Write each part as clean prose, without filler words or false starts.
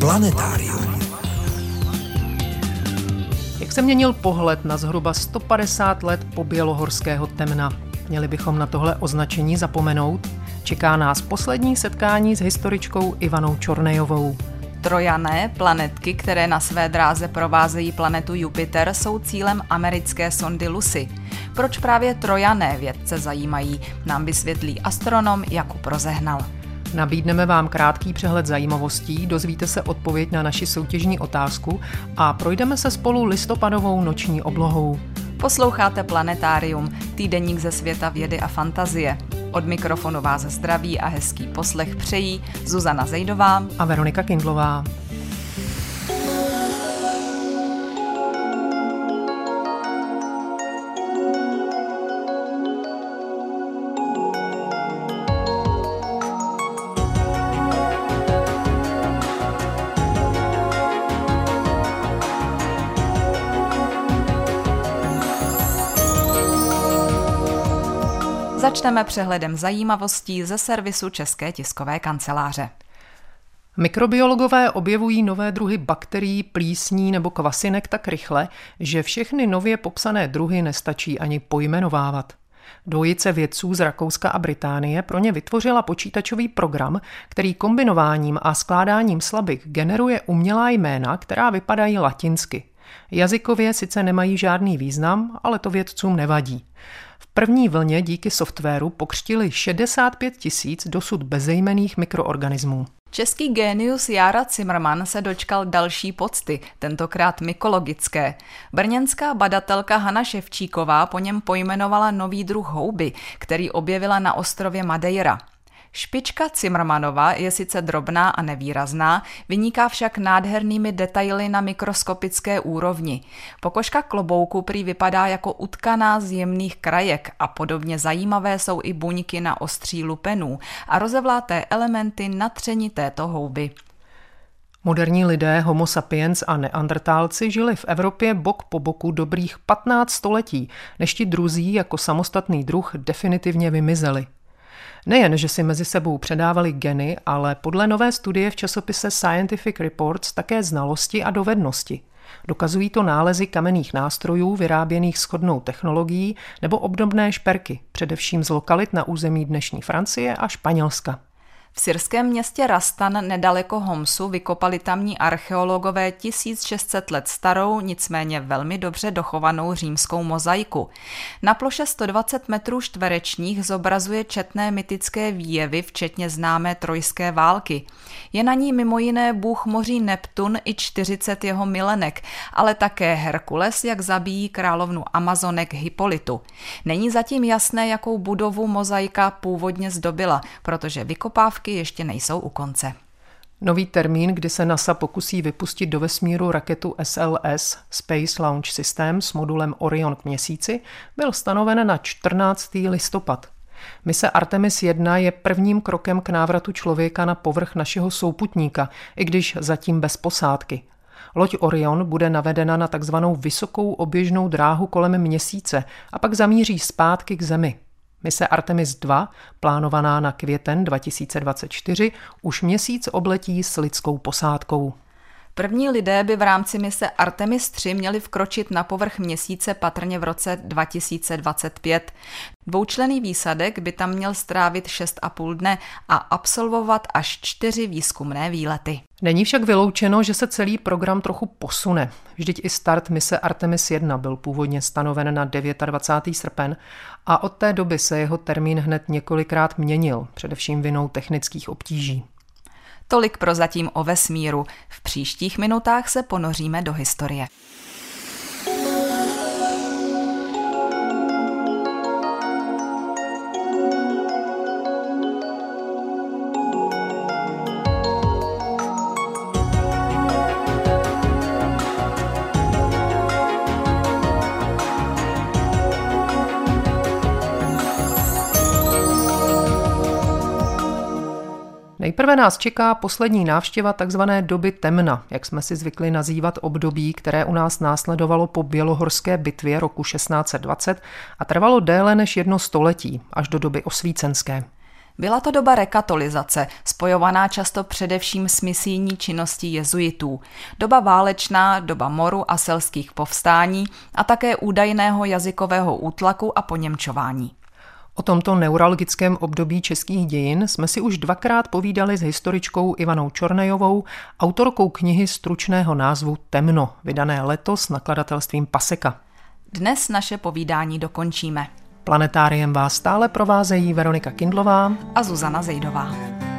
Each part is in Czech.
Planetárium. Jak se měnil pohled na zhruba 150 let pobělohorského temna? Měli bychom na tohle označení zapomenout? Čeká nás poslední setkání s historičkou Ivanou Čornejovou. Trojané, planetky, které na své dráze provázejí planetu Jupiter, jsou cílem americké sondy Lucy. Proč právě Trojané vědce zajímají, nám vysvětlí astronom Jakub Rozehnal. Nabídneme vám krátký přehled zajímavostí, dozvíte se odpověď na naši soutěžní otázku a projdeme se spolu listopadovou noční oblohou. Posloucháte Planetárium, týdeník ze světa vědy a fantazie. Od mikrofonu vás zdraví a hezký poslech přejí Zuzana Zejdová a Veronika Kindlová. Začneme přehledem zajímavostí ze servisu České tiskové kanceláře. Mikrobiologové objevují nové druhy bakterií, plísní nebo kvasinek tak rychle, že všechny nově popsané druhy nestačí ani pojmenovávat. Dvojice vědců z Rakouska a Británie pro ně vytvořila počítačový program, který kombinováním a skládáním slabik generuje umělá jména, která vypadají latinsky. Jazykově sice nemají žádný význam, ale to vědcům nevadí. V první vlně díky softwaru pokřtili 65 000 dosud bezejmenných mikroorganismů. Český génius Jára Cimrman se dočkal další pocty, tentokrát mykologické. Brněnská badatelka Hana Ševčíková po něm pojmenovala nový druh houby, který objevila na ostrově Madeira. Špička Cimrmanova je sice drobná a nevýrazná, vyniká však nádhernými detaily na mikroskopické úrovni. Pokožka klobouku prý vypadá jako utkaná z jemných krajek a podobně zajímavé jsou i buňky na ostří lupenů a rozevláté elementy na tření této houby. Moderní lidé, homo sapiens a neandertálci žili v Evropě bok po boku dobrých 15 století, než ti druzí jako samostatný druh definitivně vymizeli. Nejen, že si mezi sebou předávali geny, ale podle nové studie v časopise Scientific Reports také znalosti a dovednosti. Dokazují to nálezy kamenných nástrojů vyráběných shodnou technologií nebo obdobné šperky, především z lokalit na území dnešní Francie a Španělska. V syrském městě Rastan nedaleko Homsu vykopali tamní archeologové 1600 let starou, nicméně velmi dobře dochovanou římskou mozaiku. Na ploše 120 metrů čtverečních zobrazuje četné mytické výjevy, včetně známé trojské války. Je na ní mimo jiné bůh moří Neptun i 40 jeho milenek, ale také Herkules, jak zabíjí královnu Amazonek Hippolytu. Není zatím jasné, jakou budovu mozaika původně zdobila, protože vykopávky ještě nejsou u konce. Nový termín, kdy se NASA pokusí vypustit do vesmíru raketu SLS, Space Launch System, s modulem Orion k Měsíci, byl stanoven na 14. listopad. Mise Artemis 1 je prvním krokem k návratu člověka na povrch našeho souputníka, i když zatím bez posádky. Loď Orion bude navedena na takzvanou vysokou oběžnou dráhu kolem Měsíce a pak zamíří zpátky k Zemi. Mise Artemis 2, plánovaná na květen 2024, už Měsíc obletí s lidskou posádkou. První lidé by v rámci mise Artemis 3 měli vkročit na povrch Měsíce patrně v roce 2025. Dvoučlenný výsadek by tam měl strávit 6,5 dne a absolvovat až 4 výzkumné výlety. Není však vyloučeno, že se celý program trochu posune. Vždyť i start mise Artemis 1 byl původně stanoven na 29. srpen a od té doby se jeho termín hned několikrát měnil, především vinou technických obtíží. Tolik prozatím o vesmíru. V příštích minutách se ponoříme do historie. Nejprve nás čeká poslední návštěva takzvané doby temna, jak jsme si zvykli nazývat období, které u nás následovalo po bělohorské bitvě roku 1620 a trvalo déle než 1 století, až do doby osvícenské. Byla to doba rekatolizace, spojovaná často především s misijní činností jezuitů. Doba válečná, doba moru a selských povstání a také údajného jazykového útlaku a poněmčování. O tomto neuralgickém období českých dějin jsme si už dvakrát povídali s historičkou Ivanou Čornejovou, autorkou knihy stručného názvu Temno, vydané letos nakladatelstvím Paseka. Dnes naše povídání dokončíme. Planetáriem vás stále provázejí Veronika Kindlová a Zuzana Zejdová.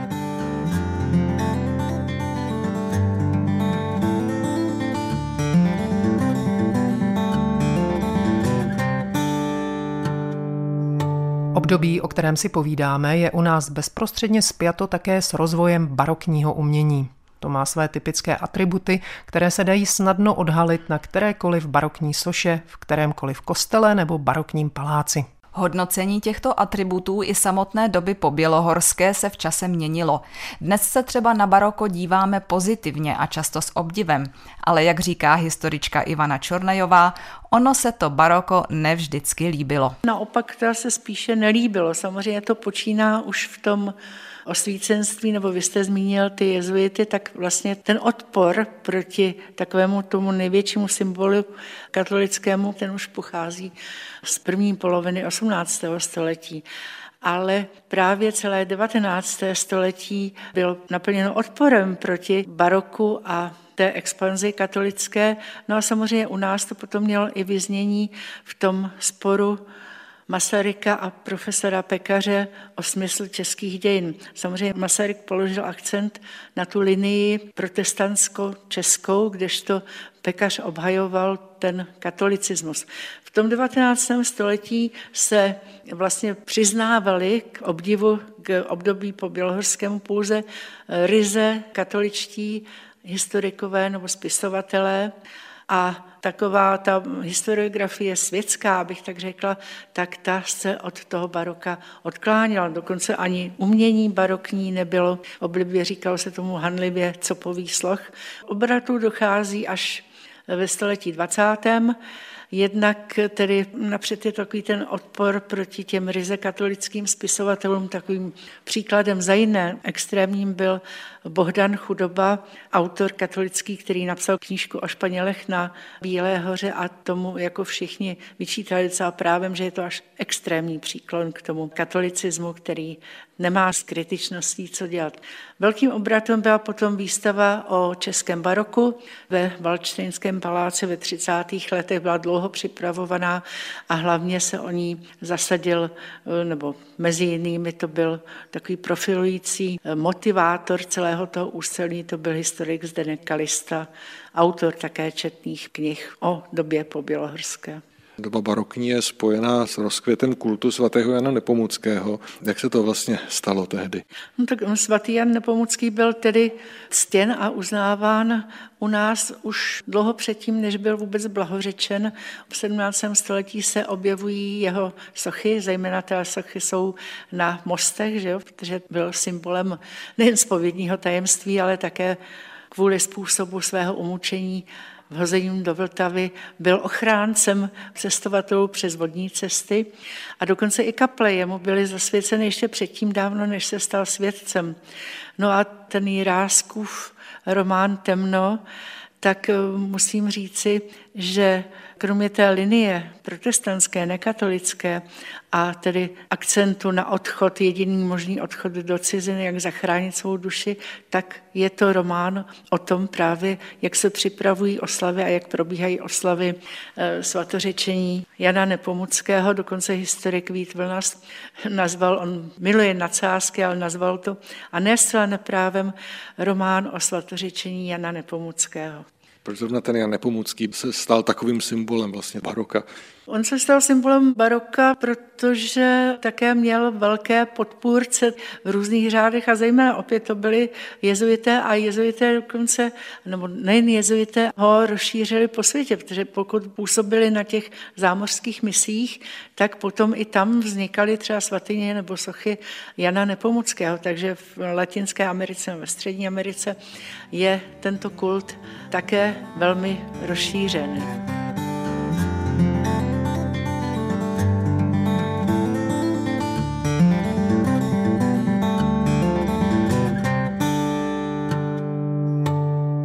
Období, o kterém si povídáme, je u nás bezprostředně spjato také s rozvojem barokního umění. To má své typické atributy, které se dají snadno odhalit na kterékoliv barokní soše, v kterémkoliv kostele nebo barokním paláci. Hodnocení těchto atributů i samotné doby pobělohorské se v čase měnilo. Dnes se třeba na baroko díváme pozitivně a často s obdivem, ale jak říká historička Ivana Čornejová, ono se to baroko nevždycky líbilo. Naopak to se spíše nelíbilo. Samozřejmě to počíná už v tom osvícenství, nebo vy jste zmínil ty jezuity, tak vlastně ten odpor proti takovému tomu největšímu symbolu katolickému, ten už pochází z první poloviny 18. století. Ale právě celé 19. století bylo naplněno odporem proti baroku a té expanzi katolické. No a samozřejmě u nás to potom mělo i vyznění v tom sporu Masaryka a profesora Pekaře o smysl českých dějin. Samozřejmě Masaryk položil akcent na tu linii protestantsko-českou, kdežto Pekař obhajoval ten katolicismus. V tom 19. století se vlastně přiznávali k obdivu k období pobělohorskému pouze ryze katoličtí historikové nebo spisovatelé, a taková ta historiografie světská, abych tak řekla, tak ta se od toho baroka odkláněla. Dokonce ani umění barokní nebylo. Oblibě říkalo se tomu hanlivě copový sloh. Obratů dochází až ve století 20. Jednak tedy napřed je takový ten odpor proti těm ryze katolickým spisovatelům. Takovým příkladem za jiné extrémním byl Bohdan Chudoba, autor katolický, který napsal knížku o Španělech na Bílé hoře a tomu jako všichni vyčítali docela právem, že je to až extrémní příklon k tomu katolicismu, který nemá s kritičností co dělat. Velkým obratem byla potom výstava o českém baroku ve Valdštejnském paláci ve 30. letech, byla dlouho připravovaná a hlavně se o ní zasadil, nebo mezi jinými to byl takový profilující motivátor celého toho úsilí, to byl historik Zdeněk Kalista, autor také četných knih o době pobělohorské. Doba barokní je spojená s rozkvětem kultu svatého Jana Nepomuckého. Jak se to vlastně stalo tehdy? No tak svatý Jan Nepomucký byl tedy ctěn a uznáván u nás už dlouho předtím, než byl vůbec blahořečen. V 17. století se objevují jeho sochy, zejména ty sochy jsou na mostech, že jo? Protože byl symbolem nejen zpovědního tajemství, ale také kvůli způsobu svého umučení vhozením do Vltavy, byl ochráncem cestovatelů přes vodní cesty a dokonce i kaple jemu byly zasvěceny ještě předtím dávno, než se stal světcem. No a ten Jiráskův román Temno, tak musím říci, že kromě té linie protestantské, nekatolické a tedy akcentu na odchod, jediný možný odchod do ciziny, jak zachránit svou duši, tak je to román o tom právě, jak se připravují oslavy a jak probíhají oslavy svatořečení Jana Nepomuckého. Dokonce historik Vít Vlnas nazval, on miluje nadsázky, ale nazval to, a ne zcela neprávem, román o svatořečení Jana Nepomuckého. Proč zrovna ten Jan Nepomucký se stal takovým symbolem vlastně baroka? On se stal symbolem baroka, protože také měl velké podpůrce v různých řádech a zejména opět to byli jezuité a jezuité dokonce, nebo nejen jezuité, ho rozšířili po světě, protože pokud působili na těch zámořských misích, tak potom i tam vznikaly třeba svatyně nebo sochy Jana Nepomuckého, takže v Latinské Americe, ve Střední Americe je tento kult také velmi rozšířený.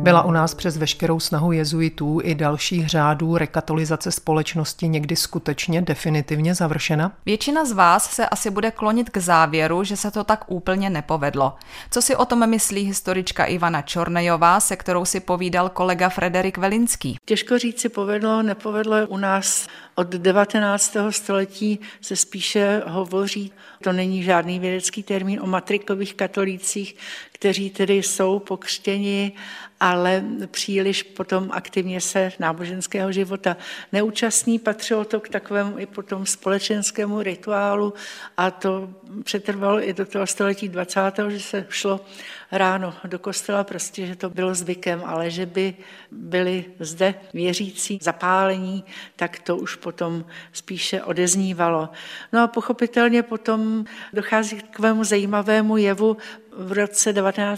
Byla u nás přes veškerou snahu jezuitů i dalších řádů rekatolizace společnosti někdy skutečně definitivně završena? Většina z vás se asi bude klonit k závěru, že se to tak úplně nepovedlo. Co si o tom myslí historička Ivana Čornejová, se kterou si povídal kolega Frederik Velinský? Těžko říct si povedlo, nepovedlo. U nás od 19. století se spíše hovoří, to není žádný vědecký termín, o matrikových katolících, kteří tedy jsou pokřtěni, ale příliš potom aktivně se náboženského života neúčastní. Patřilo to k takovému i potom společenskému rituálu a to přetrvalo i do toho století 20., že se šlo ráno do kostela, prostě, že to bylo zvykem, ale že by byli zde věřící zapálení, tak to už potom spíše odeznívalo. No a pochopitelně potom dochází k takovému zajímavému jevu v roce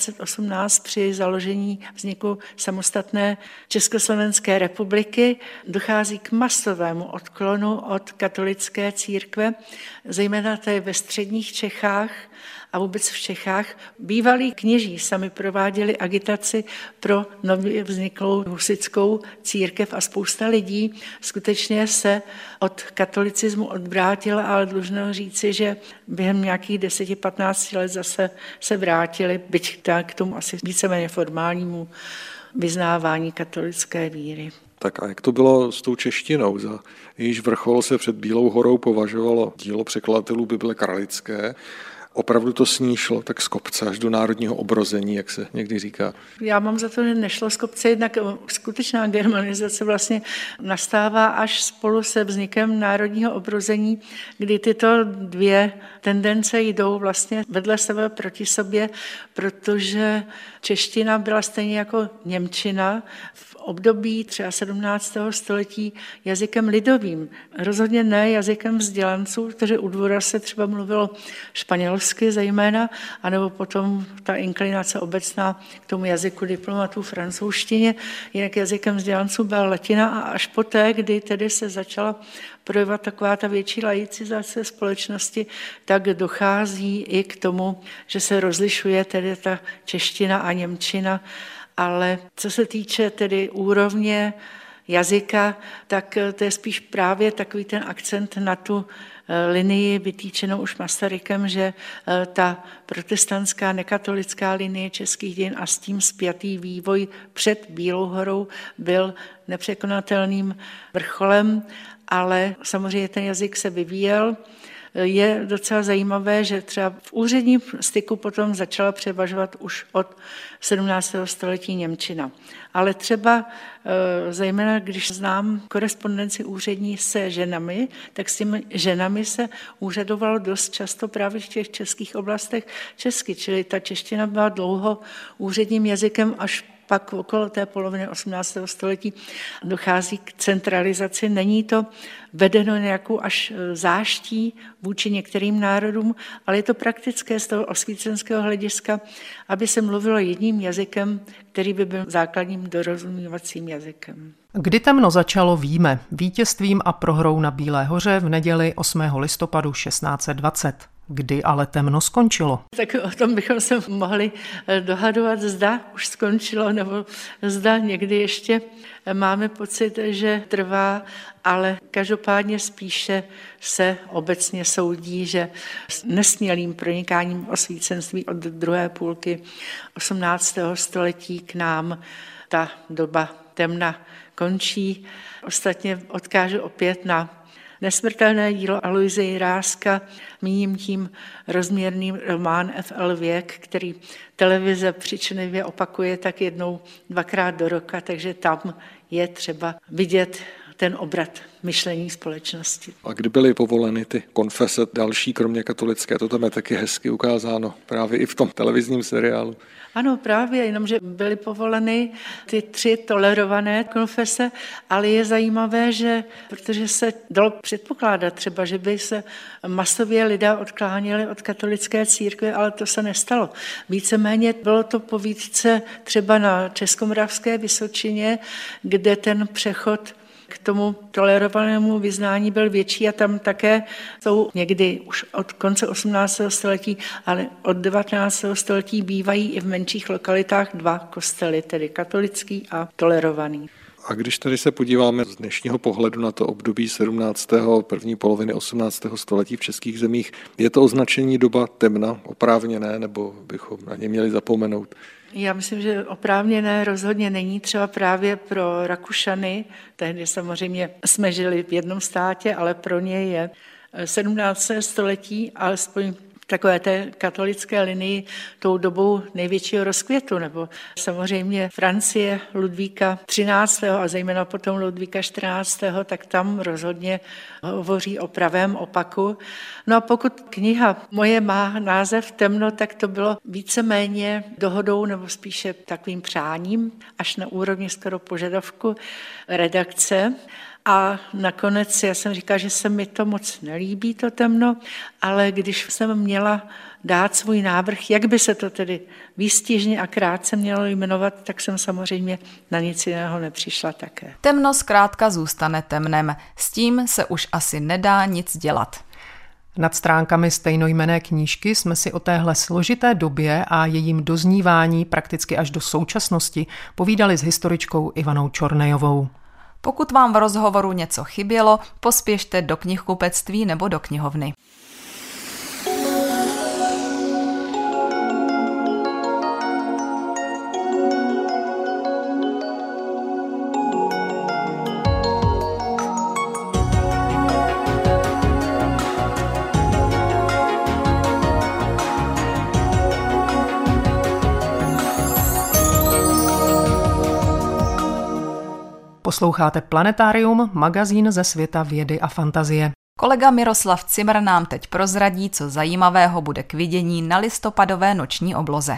1918 při založení vzniku samostatné Československé republiky. Dochází k masovému odklonu od katolické církve, zejména to je ve středních Čechách a vůbec v Čechách. Bývalí kněží sami prováděli agitaci pro nově vzniklou husitskou církev a spousta lidí skutečně se od katolicismu odvrátila, ale dlužno říci, že během nějakých 10-15 let zase se vrátili, byť k tomu asi víceméně formálnímu vyznávání katolické víry. Tak a jak to bylo s tou češtinou? Za jejíž vrchol se před Bílou horou považovalo dílo překladatelů Bible Kralické. Opravdu to s ní šlo tak z kopce až do národního obrození, jak se někdy říká. Já mám za to, že nešlo z kopce, jednak skutečná germanizace vlastně nastává až spolu se vznikem národního obrození, kdy tyto dvě tendence jdou vlastně vedle sebe proti sobě, protože čeština byla stejně jako němčina v období třeba 17. století jazykem lidovým. Rozhodně ne jazykem vzdělanců, kteří u dvora se třeba mluvilo španělsky zejména, anebo potom ta inklinace obecná k tomu jazyku diplomatů francouzštině, jinak jazykem vzdělanců byla latina a až poté, kdy tedy se začala projevovat taková ta větší laicizace společnosti, tak dochází i k tomu, že se rozlišuje tedy ta čeština a němčina. Ale co se týče tedy úrovně jazyka, tak to je spíš právě takový ten akcent na tu linii vytýčenou už Masarykem, že ta protestantská nekatolická linie českých dějin a s tím spjatý vývoj před Bílou horou byl nepřekonatelným vrcholem, ale samozřejmě ten jazyk se vyvíjel. Je docela zajímavé, že třeba v úředním styku potom začala převažovat už od 17. století němčina. Ale třeba zejména, když znám korespondenci úřední se ženami, tak s těmi ženami se úřadovalo dost často právě v těch českých oblastech česky, čili ta čeština byla dlouho úředním jazykem, až pak okolo té poloviny 18. století dochází k centralizaci. Není to vedeno nějakou až záští vůči některým národům, ale je to praktické z toho osvícenského hlediska, aby se mluvilo jedním jazykem, který by byl základním dorozumívacím jazykem. Kdy temno začalo, víme. Vítězstvím a prohrou na Bílé hoře v neděli 8. listopadu 1620. Kdy ale temno skončilo? Tak o tom bychom se mohli dohadovat, zda už skončilo, nebo zda někdy ještě máme pocit, že trvá, ale každopádně spíše se obecně soudí, že s nesmělým pronikáním osvícenství od druhé půlky 18. století k nám ta doba temna končí. Ostatně odkážu opět na nesmrtelné dílo Aloise Jiráska, míním tím rozměrný román F.L. Věk, který televize přičinivě opakuje tak jednou, dvakrát do roka, takže tam je třeba vidět ten obrat myšlení společnosti. A kdy byly povoleny ty konfese další, kromě katolické, to tam je taky hezky ukázáno, právě i v tom televizním seriálu. Ano, právě, jenomže byly povoleny ty 3 tolerované konfese, ale je zajímavé, že protože se dalo předpokládat třeba, že by se masově lidé odkláněli od katolické církve, ale to se nestalo. Víceméně bylo to po výtce třeba na Českomoravské Vysočině, kde ten přechod k tomu tolerovanému vyznání byl větší a tam také jsou někdy už od konce 18. století, ale od 19. století bývají i v menších lokalitách 2 kostely, tedy katolický a tolerovaný. A když tady se podíváme z dnešního pohledu na to období 17. první poloviny 18. století v českých zemích, je to označení doba temna oprávněné, nebo bychom na ně měli zapomenout? Já myslím, že oprávněné rozhodně není, třeba právě pro Rakušany, tehdy samozřejmě jsme žili v jednom státě, ale pro ně je 17. století, alespoň takové té katolické linii tou dobou největšího rozkvětu, nebo samozřejmě Francie Ludvíka 13. a zejména potom Ludvíka 14. tak tam rozhodně hovoří o pravém opaku. No a pokud kniha moje má název Temno, tak to bylo víceméně dohodou nebo spíše takovým přáním, až na úrovni skoro požadavku redakce. A nakonec já jsem říkala, že se mi to moc nelíbí, to temno, ale když jsem měla dát svůj návrh, jak by se to tedy výstižně a krátce mělo jmenovat, tak jsem samozřejmě na nic jiného nepřišla také. Temno zkrátka zůstane temnem. S tím se už asi nedá nic dělat. Nad stránkami stejnojmenné knížky jsme si o téhle složité době a jejím doznívání prakticky až do současnosti povídali s historičkou Ivanou Čornejovou. Pokud vám v rozhovoru něco chybělo, pospěšte do knihkupectví nebo do knihovny. Posloucháte Planetarium, magazín ze světa vědy a fantazie. Kolega Miroslav Cimr nám teď prozradí, co zajímavého bude k vidění na listopadové noční obloze.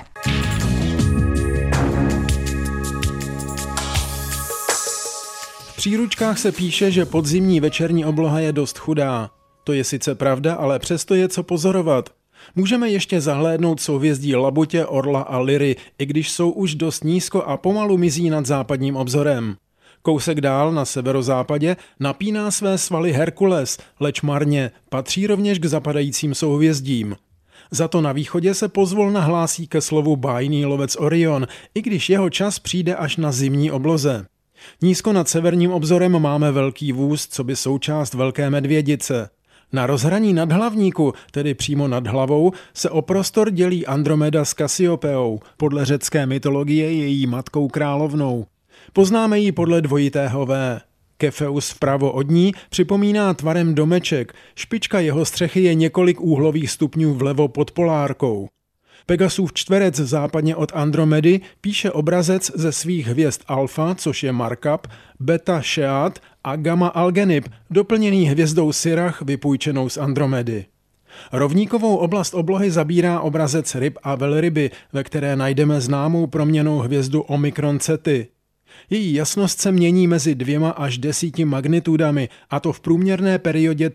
V příručkách se píše, že podzimní večerní obloha je dost chudá. To je sice pravda, ale přesto je co pozorovat. Můžeme ještě zahlédnout souhvězdí Labutě, Orla a Lyry, i když jsou už dost nízko a pomalu mizí nad západním obzorem. Kousek dál na severozápadě napíná své svaly Herkules, leč marně, patří rovněž k zapadajícím souhvězdím. Za to na východě se pozvolna hlásí ke slovu bájný lovec Orion, i když jeho čas přijde až na zimní obloze. Nízko nad severním obzorem máme velký vůz, coby součást Velké medvědice. Na rozhraní nadhlavníku, tedy přímo nad hlavou, se o prostor dělí Andromeda s Kasiopeou, podle řecké mytologie její matkou královnou. Poznáme ji podle dvojitého V. Kefeus vpravo od ní připomíná tvarem domeček, špička jeho střechy je několik úhlových stupňů vlevo pod polárkou. Pegasův čtverec západně od Andromedy píše obrazec ze svých hvězd Alfa, což je Markab, Beta Sheat a Gamma Algenib, doplněný hvězdou Sirach vypůjčenou z Andromedy. Rovníkovou oblast oblohy zabírá obrazec ryb a velryby, ve které najdeme známou proměnnou hvězdu Omikron Ceti. Její jasnost se mění mezi 2 až 10 magnitudami, a to v průměrné periodě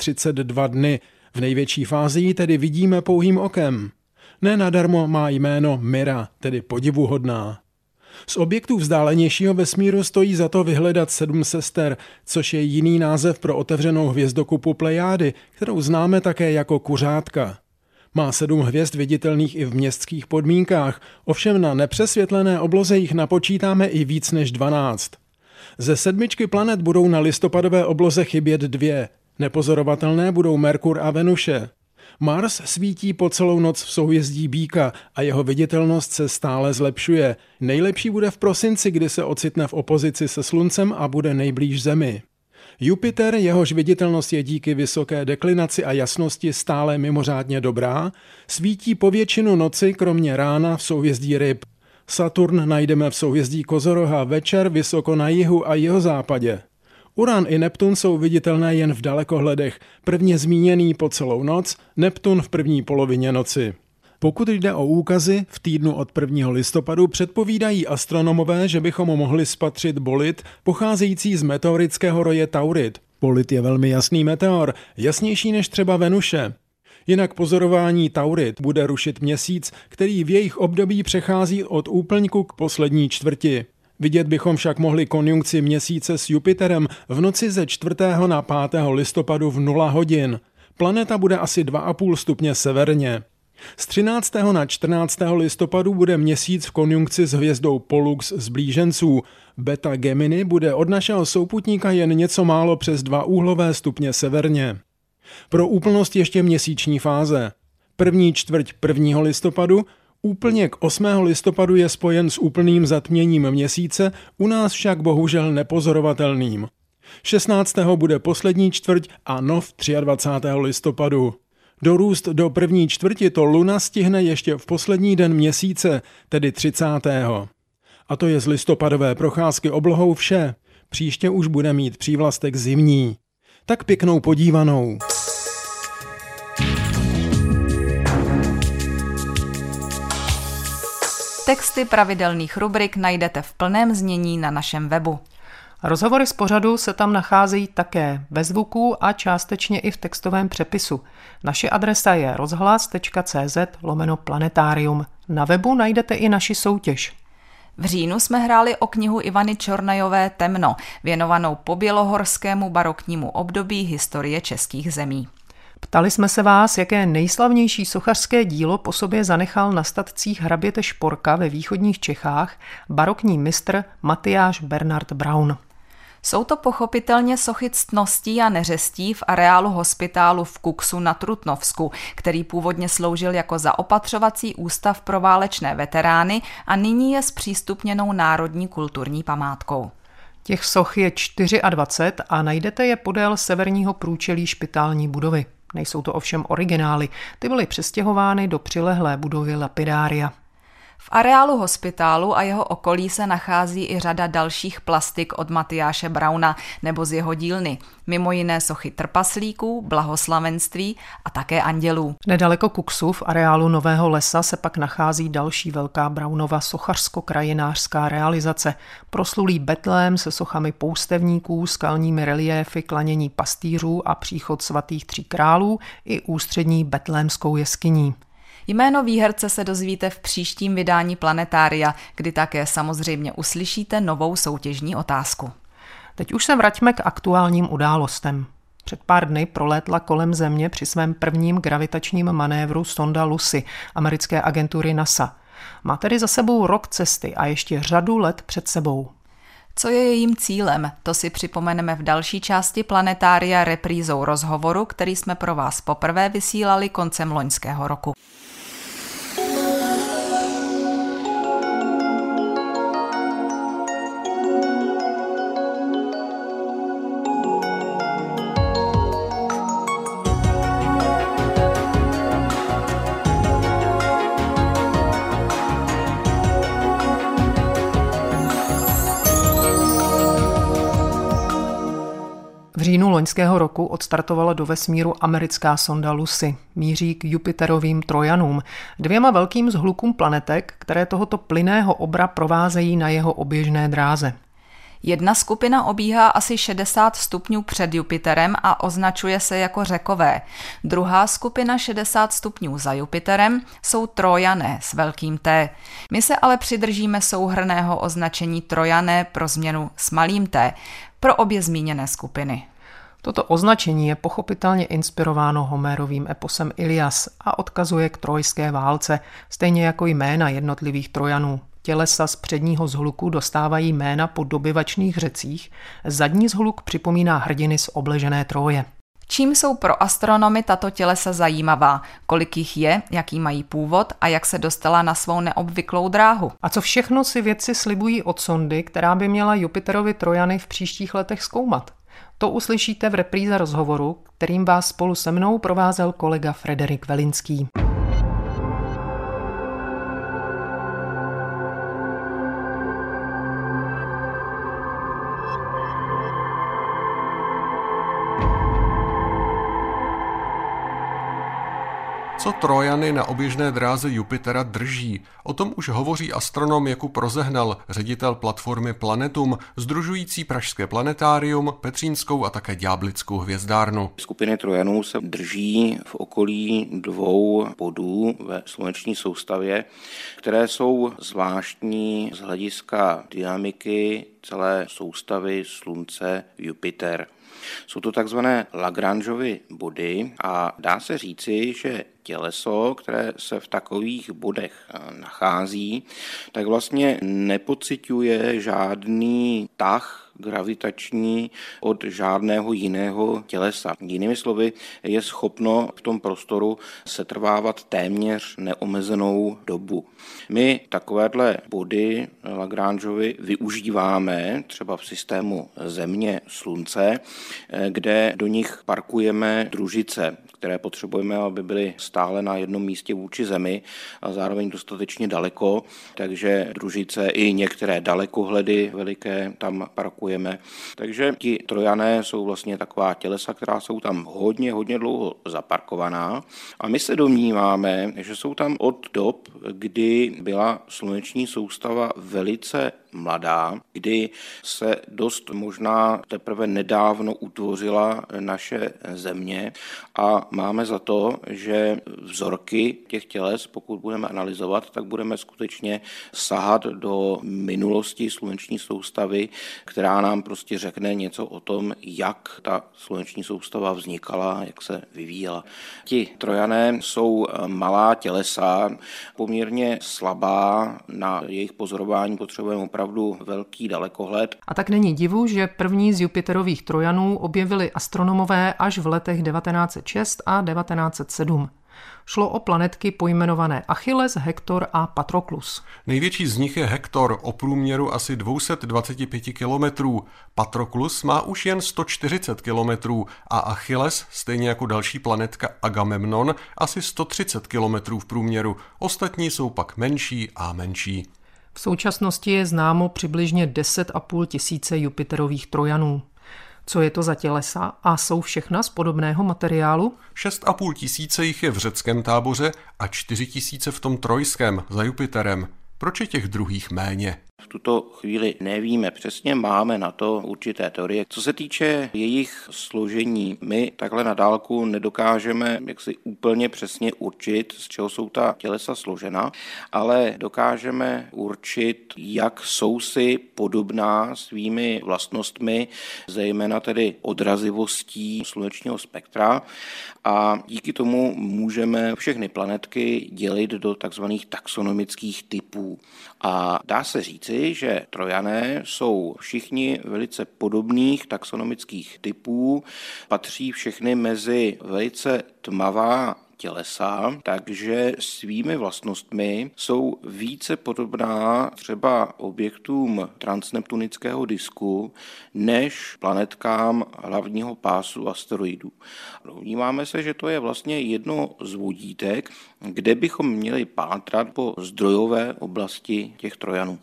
332 dny. V největší fázi ji tedy vidíme pouhým okem. Nenadarmo má jméno Mira, tedy podivuhodná. Z objektů vzdálenějšího vesmíru stojí za to vyhledat 7 sester, což je jiný název pro otevřenou hvězdokupu Plejády, kterou známe také jako kuřátka. Má 7 hvězd viditelných i v městských podmínkách, ovšem na nepřesvětlené obloze jich napočítáme i víc než 12. Ze 7 planet budou na listopadové obloze chybět 2. Nepozorovatelné budou Merkur a Venuše. Mars svítí po celou noc v souhvězdí Býka a jeho viditelnost se stále zlepšuje. Nejlepší bude v prosinci, kdy se ocitne v opozici se Sluncem a bude nejblíž Zemi. Jupiter, jehož viditelnost je díky vysoké deklinaci a jasnosti stále mimořádně dobrá, svítí po většinu noci kromě rána v souhvězdí Ryb. Saturn najdeme v souhvězdí Kozoroha večer vysoko na jihu a jihozápadě. Uran i Neptun jsou viditelné jen v dalekohledech, prvně zmíněný po celou noc, Neptun v první polovině noci. Pokud jde o úkazy, v týdnu od 1. listopadu předpovídají astronomové, že bychom mohli spatřit bolit pocházející z meteorického roje Taurid. Bolit je velmi jasný meteor, jasnější než třeba Venuše. Jinak pozorování Taurid bude rušit měsíc, který v jejich období přechází od úplňku k poslední čtvrti. Vidět bychom však mohli konjunkci Měsíce s Jupiterem v noci ze 4. na 5. listopadu v 0 hodin. Planeta bude asi 2,5 stupně severně. Z 13. na 14. listopadu bude Měsíc v konjunkci s hvězdou Pollux z blíženců. Beta Gemini bude od našeho souputníka jen něco málo přes 2 úhlové stupně severně. Pro úplnost ještě měsíční fáze. První čtvrť 1. listopadu, úplněk 8. listopadu je spojen s úplným zatměním Měsíce, u nás však bohužel nepozorovatelným. 16. bude poslední čtvrť a nov 23. listopadu. Dorůst do první čtvrti to Luna stihne ještě v poslední den měsíce, tedy 30. A to je z listopadové procházky oblohou vše. Příště už bude mít přívlastek zimní. Tak pěknou podívanou. Texty pravidelných rubrik najdete v plném znění na našem webu. Rozhovory z pořadu se tam nacházejí také ve zvuku a částečně i v textovém přepisu. Naše adresa je rozhlas.cz/planetarium. Na webu najdete i naši soutěž. V říjnu jsme hráli o knihu Ivany Čornajové Temno, věnovanou pobělohorskému baroknímu období historie českých zemí. Ptali jsme se vás, jaké nejslavnější sochařské dílo po sobě zanechal na statcích hraběte Šporka ve východních Čechách barokní mistr Matyáš Bernard Braun. Jsou to pochopitelně sochy ctností a neřestí v areálu hospitálu v Kuksu na Trutnovsku, který původně sloužil jako zaopatřovací ústav pro válečné veterány a nyní je zpřístupněnou národní kulturní památkou. Těch soch je 24 a najdete je podél severního průčelí špitální budovy. Nejsou to ovšem originály, ty byly přestěhovány do přilehlé budovy lapidária. V areálu hospitálu a jeho okolí se nachází i řada dalších plastik od Matyáše Brauna nebo z jeho dílny, mimo jiné sochy trpaslíků, blahoslavenství a také andělů. Nedaleko Kuksu v areálu Nového lesa se pak nachází další velká Braunova sochařsko-krajinářská realizace, proslulý Betlém se sochami poustevníků, skalními reliéfy klanění pastýřů a příchod svatých 3 králů i ústřední betlémskou jeskyní. Jméno výherce se dozvíte v příštím vydání Planetária, kdy také samozřejmě uslyšíte novou soutěžní otázku. Teď už se vraťme k aktuálním událostem. Před pár dny prolétla kolem Země při svém prvním gravitačním manévru sonda Lucy americké agentury NASA. Má tedy za sebou rok cesty a ještě řadu let před sebou. Co je jejím cílem, to si připomeneme v další části Planetária reprízou rozhovoru, který jsme pro vás poprvé vysílali koncem loňského roku. V říjnu loňského roku odstartovala do vesmíru americká sonda Lucy. Míří k Jupiterovým trojanům, 2 velkým shlukům planetek, které tohoto plynného obra provázejí na jeho oběžné dráze. Jedna skupina obíhá asi 60 stupňů před Jupiterem a označuje se jako Řekové. Druhá skupina 60 stupňů za Jupiterem jsou Trojané s velkým T. My se ale přidržíme souhrnného označení Trojané pro změnu s malým T pro obě zmíněné skupiny. Toto označení je pochopitelně inspirováno Homérovým eposem Ilias a odkazuje k trojské válce, stejně jako jména jednotlivých Trojanů. Tělesa z předního zhluku dostávají jména po dobyvačných řecích, zadní zhluk připomíná hrdiny z obležené Tróje. Čím jsou pro astronomy tato tělesa zajímavá, kolik jich je, jaký mají původ a jak se dostala na svou neobvyklou dráhu? A co všechno si vědci slibují od sondy, která by měla Jupiterovi Trojany v příštích letech zkoumat? To uslyšíte v repríze rozhovoru, kterým vás spolu se mnou provázel kolega Frederik Velinský. Co Co Trojany na oběžné dráze Jupitera drží? O tom už hovoří astronom Jakub Rozehnal, ředitel platformy Planetum, sdružující Pražské planetárium, Petřínskou a také Ďáblickou hvězdárnu. Skupiny Trojanů se drží v okolí 2 bodů ve sluneční soustavě, které jsou zvláštní z hlediska dynamiky celé soustavy Slunce Jupiter. Jsou to takzvané Lagrangeovy body a dá se říci, že těleso, které se v takových bodech nachází, tak vlastně nepociťuje žádný tah gravitační od žádného jiného tělesa. Jinými slovy, je schopno v tom prostoru setrvávat téměř neomezenou dobu. My takovéhle body Lagrangeovy využíváme třeba v systému Země, Slunce, kde do nich parkujeme družice, které potřebujeme, aby byly stále na jednom místě vůči Zemi a zároveň dostatečně daleko, takže družice i některé dalekohledy veliké tam parkujeme. Takže ti Trojané jsou vlastně taková tělesa, která jsou tam hodně dlouho zaparkovaná a my se domníváme, že jsou tam od dob, kdy byla sluneční soustava velice mladá, kdy se dost možná teprve nedávno utvořila naše Země a máme za to, že vzorky těch těles, pokud budeme analyzovat, tak budeme skutečně sahat do minulosti sluneční soustavy, která nám prostě řekne něco o tom, jak ta sluneční soustava vznikala, jak se vyvíjela. Ti Trojané jsou malá tělesa, poměrně slabá, na jejich pozorování potřebujeme opravdu velký dalekohled. A tak není divu, že první z Jupiterových Trojanů objevili astronomové až v letech 1906 a 1907. Šlo o planetky pojmenované Achilles, Hektor a Patroklus. Největší z nich je Hektor o průměru asi 225 km. Patroklus má už jen 140 km a Achilles, stejně jako další planetka Agamemnon, asi 130 km v průměru. Ostatní jsou pak menší a menší. V současnosti je známo přibližně 10,5 tisíce Jupiterových Trojanů. Co je to za tělesa a jsou všechna z podobného materiálu? 6,5 tisíce jich je v řeckém táboře a 4 tisíce v tom trojském za Jupiterem. Proč je těch druhých méně? V tuto chvíli nevíme přesně, máme na to určité teorie. Co se týče jejich složení, my takhle na dálku nedokážeme jaksi úplně přesně určit, z čeho jsou ta tělesa složena, ale dokážeme určit, jak jsou si podobná svými vlastnostmi, zejména tedy odrazivostí slunečního spektra a díky tomu můžeme všechny planetky dělit do takzvaných taxonomických typů. A dá se říci, že Trojané jsou všichni velice podobných taxonomických typů, patří všechny mezi velice tmavá tělesa, takže svými vlastnostmi jsou více podobná třeba objektům transneptunického disku než planetkám hlavního pásu asteroidů. Domníváme se, že to je vlastně jedno z vodítek, kde bychom měli pátrat po zdrojové oblasti těch Trojanů.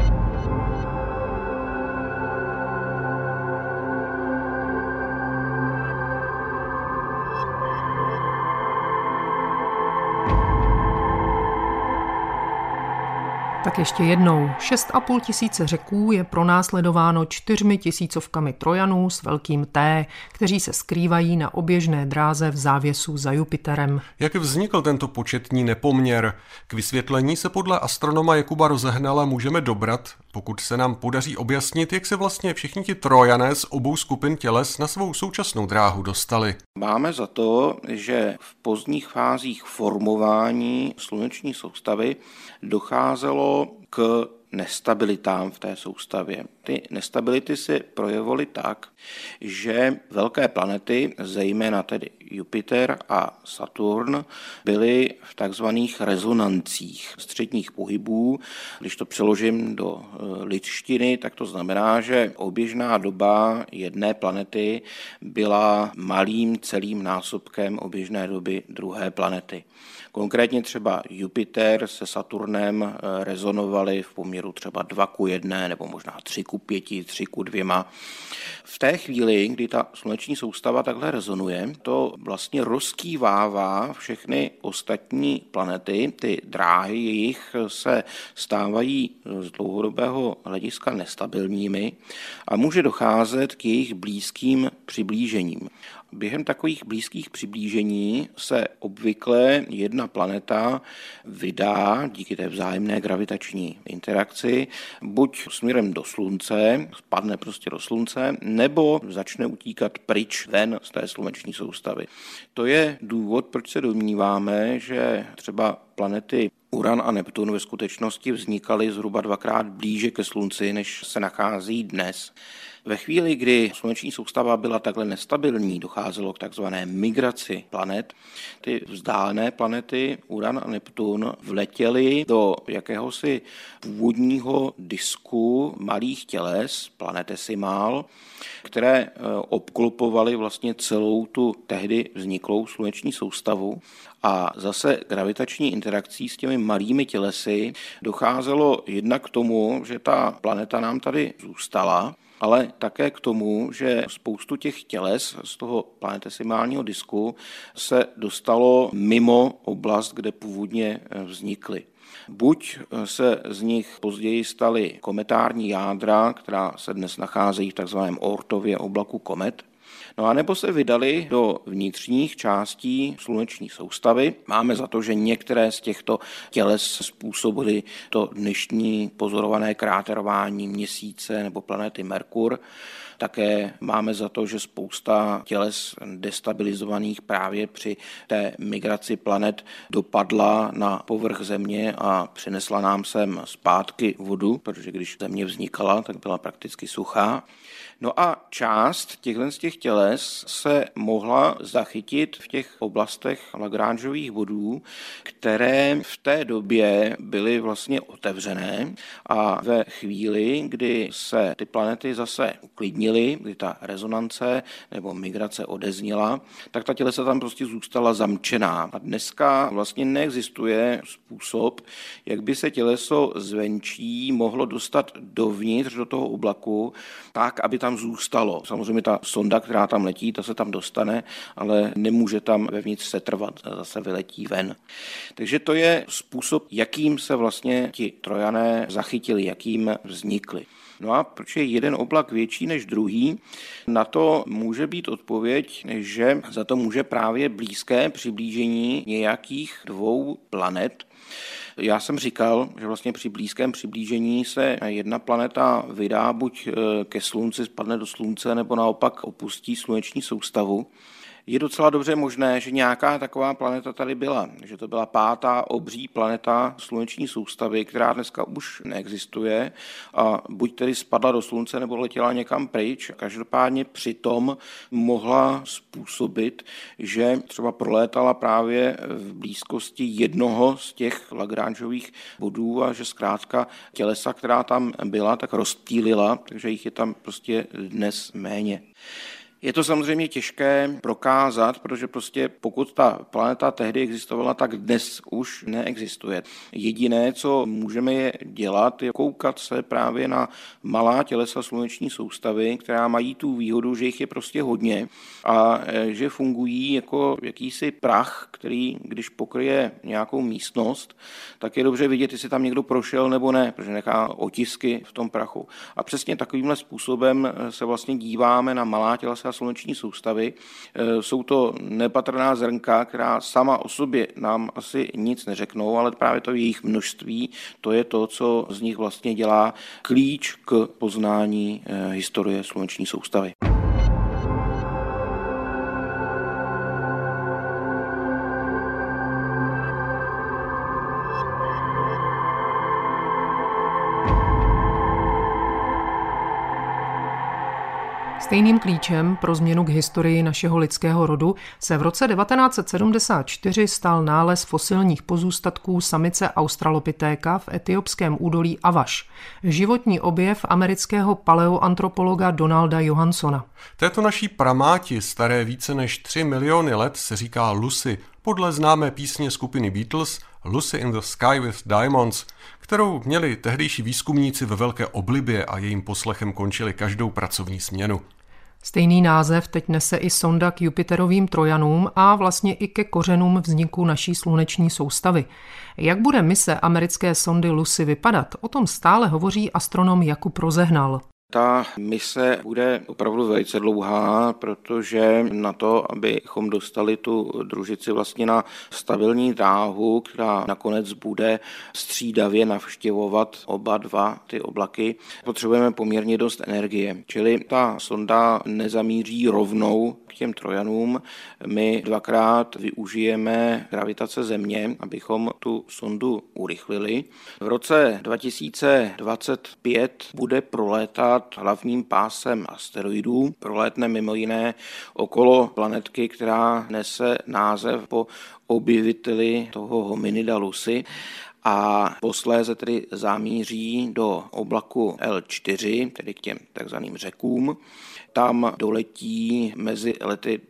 Tak ještě jednou, 6,5 tisíce Řeků je pronásledováno 4 tisícovkami Trojanů s velkým T, kteří se skrývají na oběžné dráze v závěsu za Jupiterem. Jak vznikl tento početní nepoměr? K vysvětlení se podle astronoma Jakuba Rozehnala můžeme dobrat, pokud se nám podaří objasnit, jak se vlastně všichni ti Trojané z obou skupin těles na svou současnou dráhu dostali. Máme za to, že v pozdních fázích formování sluneční soustavy docházelo k nestabilitám v té soustavě. Ty nestability se projevovaly tak, že velké planety, zejména tedy Jupiter a Saturn, byly v takzvaných rezonancích středních pohybů. Když to přeložím do lidštiny, tak to znamená, že oběžná doba jedné planety byla malým celým násobkem oběžné doby druhé planety. Konkrétně třeba Jupiter se Saturnem rezonovali v poměru poměru třeba 2:1 nebo možná 3:5, 3:2. V té chvíli, kdy ta sluneční soustava takhle rezonuje, to vlastně rozkývává všechny ostatní planety, ty dráhy jejich se stávají z dlouhodobého hlediska nestabilními a může docházet k jejich blízkým přiblížením. Během takových blízkých přiblížení se obvykle jedna planeta vydá díky té vzájemné gravitační interakci buď směrem do Slunce, spadne prostě do Slunce, nebo začne utíkat pryč ven z té sluneční soustavy. To je důvod, proč se domníváme, že třeba planety Uran a Neptun ve skutečnosti vznikaly zhruba 2krát blíže ke Slunci, než se nachází dnes. Ve chvíli, kdy sluneční soustava byla takhle nestabilní, docházelo k takzvané migraci planet. Ty vzdálené planety Uran a Neptun vletěly do jakéhosi původního disku malých těles, planetesimal, které obklopovaly vlastně celou tu tehdy vzniklou sluneční soustavu. A zase gravitační interakcí s těmi malými tělesy docházelo jednak k tomu, že ta planeta nám tady zůstala, ale také k tomu, že spoustu těch těles z toho planetesimálního disku se dostalo mimo oblast, kde původně vznikly. Buď se z nich později staly kometární jádra, která se dnes nacházejí v takzvaném Oortově oblaku komet, no a nebo se vydali do vnitřních částí sluneční soustavy. Máme za to, že některé z těchto těles způsobily to dnešní pozorované kráterování Měsíce nebo planety Merkur. Také máme za to, že spousta těles destabilizovaných právě při té migraci planet dopadla na povrch Země a přinesla nám sem zpátky vodu, protože když Země vznikala, tak byla prakticky suchá. No a část těchto z těch těles se mohla zachytit v těch oblastech Lagrangeových bodů, které v té době byly vlastně otevřené a ve chvíli, kdy se ty planety zase uklidnily, kdy ta rezonance nebo migrace odezněla, tak ta tělesa tam prostě zůstala zamčená. A dneska vlastně neexistuje způsob, jak by se těleso zvenčí mohlo dostat dovnitř do toho oblaku, tak, aby tam zůstalo. Samozřejmě ta sonda, která tam letí, ta se tam dostane, ale nemůže tam vevnitř setrvat, zase vyletí ven. Takže to je způsob, jakým se vlastně ti Trojané zachytili, jakým vznikli. No a proč je jeden oblak větší než druhý? Na to může být odpověď, že za to může právě blízké přiblížení nějakých dvou planet. Já jsem říkal, že vlastně při blízkém přiblížení se jedna planeta vydá buď ke Slunci, spadne do Slunce, nebo naopak opustí sluneční soustavu. Je docela dobře možné, že nějaká taková planeta tady byla, že to byla pátá obří planeta sluneční soustavy, která dneska už neexistuje a buď tedy spadla do Slunce nebo letěla někam pryč. Každopádně přitom mohla způsobit, že třeba prolétala právě v blízkosti jednoho z těch Lagrangeových bodů a že zkrátka tělesa, která tam byla, tak rozptýlila, takže jich je tam prostě dnes méně. Je to samozřejmě těžké prokázat, protože prostě pokud ta planeta tehdy existovala, tak dnes už neexistuje. Jediné, co můžeme dělat, je koukat se právě na malá tělesa sluneční soustavy, která mají tu výhodu, že jich je prostě hodně a že fungují jako jakýsi prach, který, když pokryje nějakou místnost, tak je dobře vidět, jestli tam někdo prošel nebo ne, protože nechá otisky v tom prachu. A přesně takovýmhle způsobem se vlastně díváme na malá tělesa sluneční soustavy. Jsou to nepatrná zrnka, která sama o sobě nám asi nic neřeknou, ale právě to jejich množství, to je to, co z nich vlastně dělá klíč k poznání historie sluneční soustavy. Stejným klíčem pro změnu k historii našeho lidského rodu se v roce 1974 stal nález fosilních pozůstatků samice Australopitéka v etiopském údolí Avaš. Životní objev amerického paleoantropologa Donalda Johansona. Této naší pramáti, staré více než 3 miliony let, se říká Lucy, podle známé písně skupiny Beatles Lucy in the Sky with Diamonds, kterou měli tehdejší výzkumníci ve velké oblibě a jejím poslechem končili každou pracovní směnu. Stejný název teď nese i sonda k Jupiterovým trojanům a vlastně i ke kořenům vzniku naší sluneční soustavy. Jak bude mise americké sondy Lucy vypadat, o tom stále hovoří astronom Jakub Rozehnal. Ta mise bude opravdu velice dlouhá, protože na to, abychom dostali tu družici vlastně na stabilní dráhu, která nakonec bude střídavě navštěvovat oba dva ty oblaky, potřebujeme poměrně dost energie. Čili ta sonda nezamíří rovnou k těm trojanům. My dvakrát využijeme gravitace Země, abychom tu sondu urychlili. V roce 2025 bude prolétat hlavním pásem asteroidů. Prolétne mimo jiné okolo planetky, která nese název po objeviteli toho hominida Lucy, a posléze tedy zamíří do oblaku L4, tedy k těm takzvaným řekům. Tam doletí mezi lety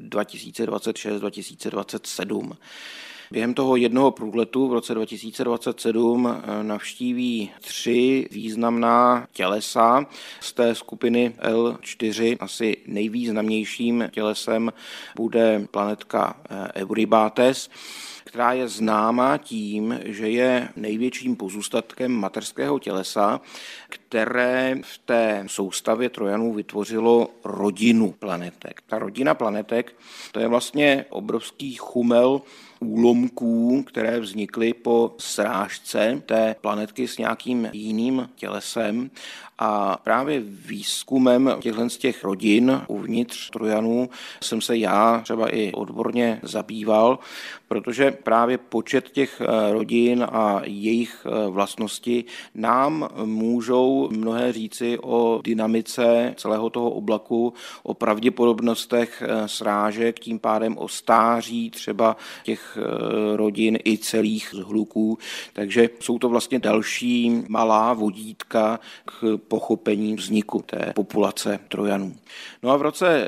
2026-2027. Během toho jednoho průletu v roce 2027 navštíví 3 významná tělesa z té skupiny L4. Asi nejvýznamnějším tělesem bude planetka Eurybates, která je známá tím, že je největším pozůstatkem mateřského tělesa, které v té soustavě trojanů vytvořilo rodinu planetek. Ta rodina planetek, to je vlastně obrovský chumel úlomků, které vznikly po srážce té planetky s nějakým jiným tělesem, a právě výzkumem těchto z těch rodin uvnitř trojanů jsem se já třeba i odborně zabýval, protože právě počet těch rodin a jejich vlastnosti nám můžou mnohé říci o dynamice celého toho oblaku, o pravděpodobnostech srážek, tím pádem o stáří třeba těch rodin i celých zhluků. Takže jsou to vlastně další malá vodítka k pochopení vzniku té populace trojanů. No a v roce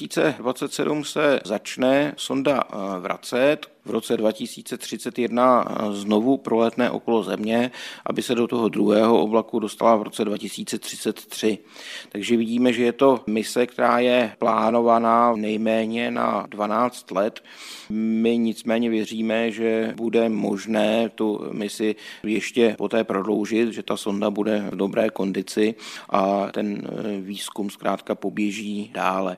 2027 se začne sonda vracet. V roce 2031 znovu prolétne okolo Země, aby se do toho druhého oblaku dostala v roce 2033. Takže vidíme, že je to mise, která je plánovaná nejméně na 12 let. My nicméně věříme, že bude možné tu misi ještě poté prodloužit, že ta sonda bude v dobré kondici a ten výzkum zkrátka poběží dále.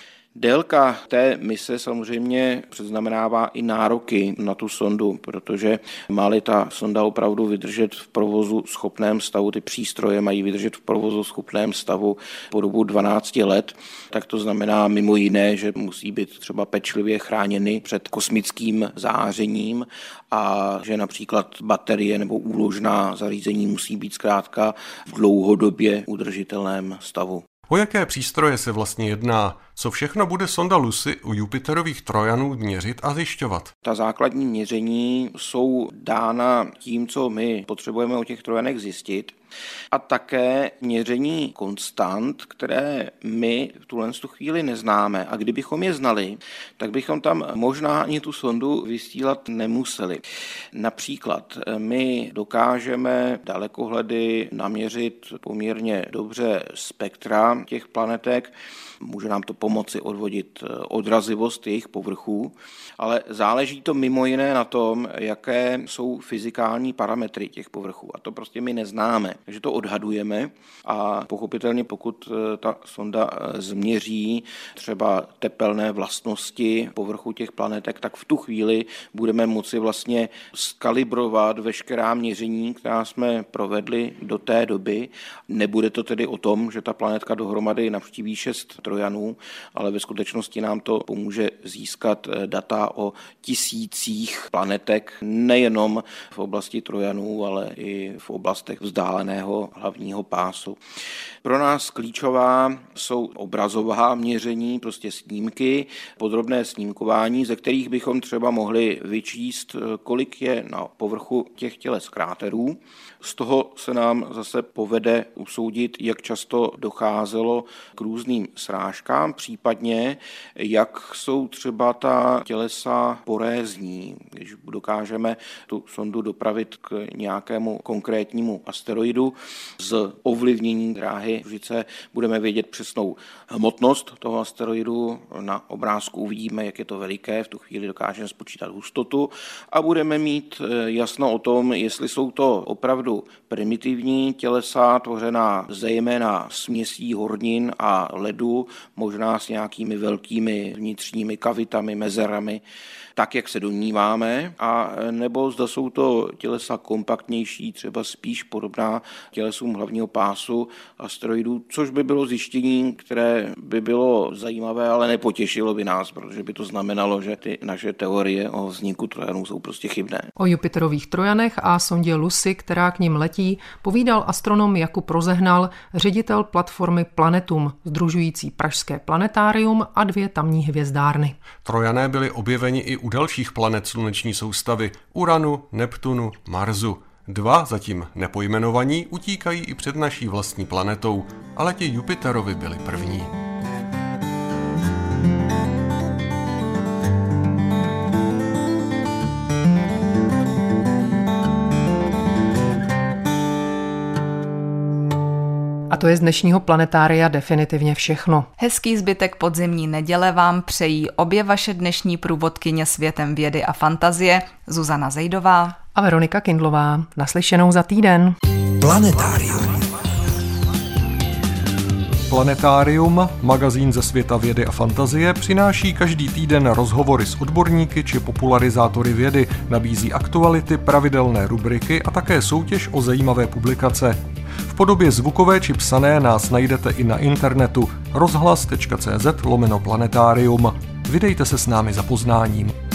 Délka té mise samozřejmě předznamenává i nároky na tu sondu, protože má-li ta sonda opravdu vydržet v provozu schopném stavu, ty přístroje mají vydržet v provozu schopném stavu po dobu 12 let, tak to znamená mimo jiné, že musí být třeba pečlivě chráněny před kosmickým zářením a že například baterie nebo úložná zařízení musí být zkrátka v dlouhodobě udržitelném stavu. O jaké přístroje se vlastně jedná? Co všechno bude sonda Lucy u Jupiterových trojanů měřit a zjišťovat? Ta základní měření jsou dána tím, co my potřebujeme o těch trojanech zjistit, a také měření konstant, které my v tuhle chvíli neznáme. A kdybychom je znali, tak bychom tam možná ani tu sondu vysílat nemuseli. Například my dokážeme dalekohledy naměřit poměrně dobře spektra těch planetek, může nám to pomoci odvodit odrazivost jejich povrchů, ale záleží to mimo jiné na tom, jaké jsou fyzikální parametry těch povrchů. A to prostě my neznáme. Takže to odhadujeme a pochopitelně pokud ta sonda změří třeba tepelné vlastnosti povrchu těch planetek, tak v tu chvíli budeme moci vlastně skalibrovat veškerá měření, která jsme provedli do té doby. Nebude to tedy o tom, že ta planetka dohromady navštíví 6 trojanů, ale ve skutečnosti nám to pomůže získat data o tisících planetek, nejenom v oblasti trojanů, ale i v oblastech vzdáleného hlavního pásu. Pro nás klíčová jsou obrazová měření, prostě snímky, podrobné snímkování, ze kterých bychom třeba mohli vyčíst, kolik je na povrchu těch těles kráterů. Z toho se nám zase povede usoudit, jak často docházelo k různým srážkám, případně jak jsou třeba ta tělesa porézní. Když dokážeme tu sondu dopravit k nějakému konkrétnímu asteroidu, z ovlivnění dráhy Družice budeme vědět přesnou hmotnost toho asteroidu. Na obrázku uvidíme, jak je to veliké, v tu chvíli dokážeme spočítat hustotu a budeme mít jasno o tom, jestli jsou to opravdu primitivní tělesa tvořená zejména směsí hornin a ledu, možná s nějakými velkými vnitřními kavitami, mezerami, tak, jak se domníváme, a nebo zda jsou to tělesa kompaktnější, třeba spíš podobná tělesům hlavního pásu asteroidů, což by bylo zjištění, které by bylo zajímavé, ale nepotěšilo by nás, protože by to znamenalo, že ty naše teorie o vzniku trojanů jsou prostě chybné. O Jupiterových trojanech a sondě Lucy, která k nim letí, povídal astronom Jakub Rozehnal, ředitel platformy Planetum, sdružující Pražské planetárium a 2 tamní hvězdárny. Trojané byli objeveni i u dalších planet sluneční soustavy, Uranu, Neptunu, Marsu. 2, zatím nepojmenovaní, utíkají i před naší vlastní planetou, ale ti Jupiterovi byli první. A to je z dnešního planetária definitivně všechno. Hezký zbytek podzimní neděle vám přejí obě vaše dnešní průvodkyně světem vědy a fantazie, Zuzana Zejdová a Veronika Kindlová. Naslyšenou za týden. Planetárium. Planetárium, magazín ze světa vědy a fantazie, přináší každý týden rozhovory s odborníky či popularizátory vědy, nabízí aktuality, pravidelné rubriky a také soutěž o zajímavé publikace. V podobě zvukové či psané nás najdete i na internetu rozhlas.cz/planetárium. Vydejte se s námi za poznáním.